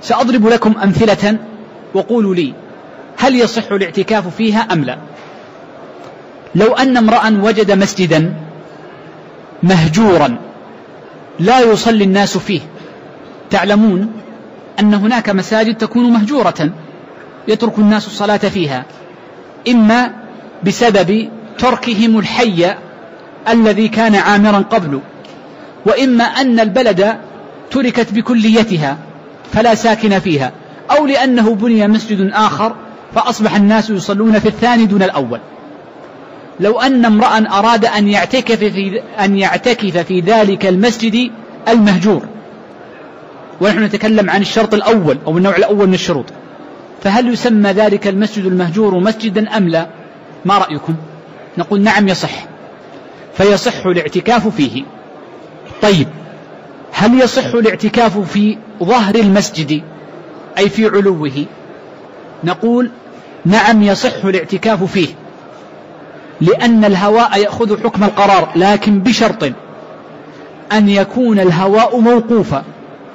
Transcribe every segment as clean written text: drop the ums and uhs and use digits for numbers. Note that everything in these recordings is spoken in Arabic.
سأضرب لكم أمثلة وقولوا لي هل يصح الاعتكاف فيها أم لا. لو أن امرأ وجد مسجدا مهجورا لا يصلي الناس فيه، تعلمون أن هناك مساجد تكون مهجورة يترك الناس الصلاة فيها، إما بسبب تركهم الحي الذي كان عامرا قبل، وإما أن البلد تركت بكليتها فلا ساكن فيها، أو لأنه بني مسجد آخر فأصبح الناس يصلون في الثاني دون الأول. لو أن امرأ أراد أن يعتكف في ذلك المسجد المهجور، ونحن نتكلم عن الشرط الأول أو النوع الأول من الشروط، فهل يسمى ذلك المسجد المهجور مسجدا أم لا؟ ما رأيكم؟ نقول نعم يصح، فيصح الاعتكاف فيه. طيب هل يصح الاعتكاف في ظهر المسجد أي في علوه؟ نقول نعم يصح الاعتكاف فيه، لأن الهواء يأخذ حكم القرار، لكن بشرط أن يكون الهواء موقوفا،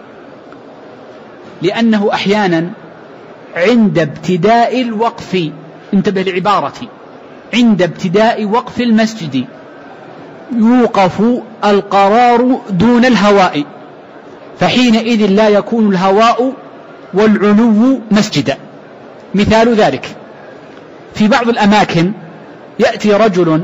لأنه أحيانا عند ابتداء الوقف، انتبه لعبارتي، عند ابتداء وقف المسجد يوقف القرار دون الهواء، فحينئذ لا يكون الهواء والعلو مسجدا. مثال ذلك في بعض الأماكن يأتي رجل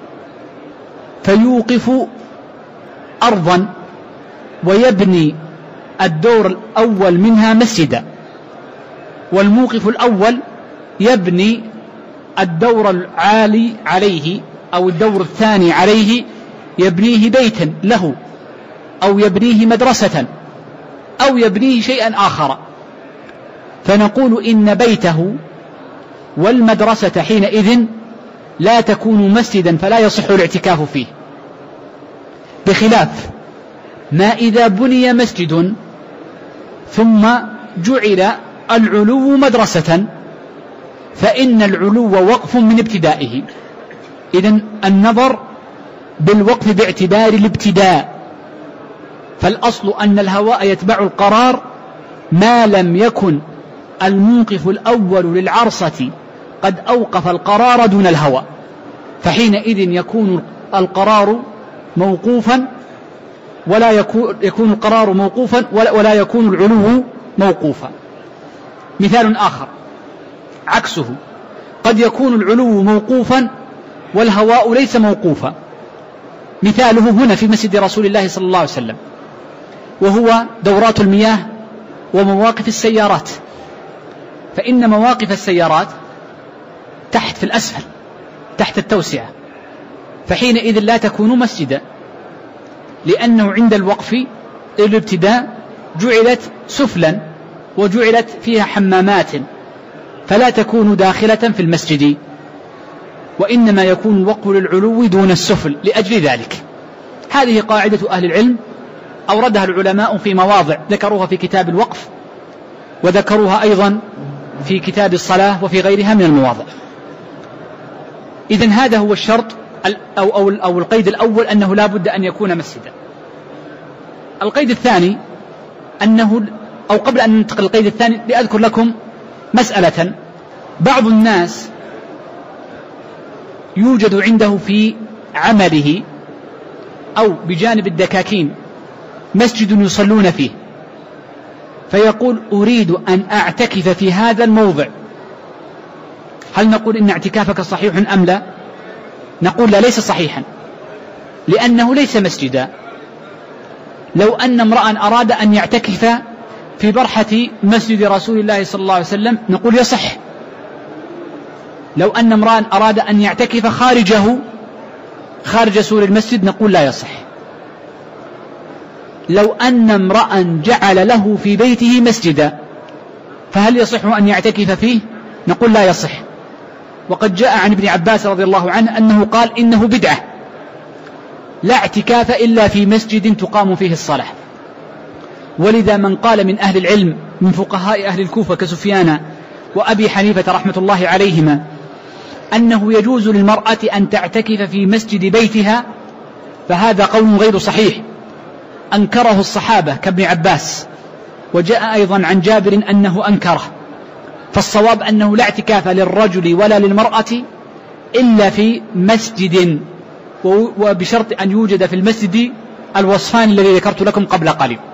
فيوقف أرضا ويبني الدور الأول منها مسجدا، والموقف الأول يبني الدور العالي عليه أو الدور الثاني عليه يبنيه بيتا له، أو يبنيه مدرسة، أو يبنيه شيئا آخر، فنقول إن بيته والمدرسة حينئذ لا تكون مسجدا فلا يصح الاعتكاف فيه، بخلاف ما إذا بني مسجد ثم جعل العلو مدرسة، فإن العلو وقف من ابتدائه. إذن النظر بالوقف باعتبار الابتداء، فالأصل أن الهواء يتبع القرار ما لم يكن الموقف الأول للعرصة قد أوقف القرار دون الهواء، فحينئذ يكون القرار موقوفا ولا يكون القرار موقوفا ولا يكون العلو موقوفا. مثال آخر عكسه، قد يكون العلو موقوفا والهواء ليس موقوفا، مثاله هنا في مسجد رسول الله صلى الله عليه وسلم، وهو دورات المياه ومواقف السيارات، فإن مواقف السيارات تحت في الأسفل تحت التوسعة، فحينئذ لا تكون مسجدا، لأنه عند الوقف الابتداء جعلت سفلا وجعلت فيها حمامات، فلا تكون داخلة في المسجد، وإنما يكون الوقف للعلو دون السفل لأجل ذلك. هذه قاعدة أهل العلم أوردها العلماء في مواضع، ذكروها في كتاب الوقف وذكروها أيضا في كتاب الصلاة وفي غيرها من المواضع. إذن هذا هو الشرط أو القيد الأول، أنه لا بد أن يكون مسجدا. القيد الثاني أنه، أو قبل أن ننتقل القيد الثاني لأذكر لكم مسألة. بعض الناس يوجد عنده في عمله أو بجانب الدكاكين مسجد يصلون فيه، فيقول أريد أن أعتكف في هذا الموضع، هل نقول إن اعتكافك صحيح أم لا؟ نقول لا، ليس صحيحا، لأنه ليس مسجدا. لو أن امرأ أراد أن يعتكف في برحة مسجد رسول الله صلى الله عليه وسلم نقول يصح. لو أن امرأ أراد أن يعتكف خارج سور المسجد نقول لا يصح. لو أن امرأ جعل له في بيته مسجدا فهل يصح أن يعتكف فيه؟ نقول لا يصح. وقد جاء عن ابن عباس رضي الله عنه أنه قال إنه بدعة، لا اعتكاف إلا في مسجد تقام فيه الصلاة. ولذا من قال من أهل العلم من فقهاء أهل الكوفة كسفيان وأبي حنيفة رحمة الله عليهما أنه يجوز للمرأة أن تعتكف في مسجد بيتها، فهذا قول غير صحيح، أنكره الصحابة كابن عباس وجاء أيضا عن جابر أنه أنكره. فالصواب أنه لا اعتكاف للرجل ولا للمرأة إلا في مسجد، وبشرط أن يوجد في المسجد الوصفان الذي ذكرت لكم قبل قليل.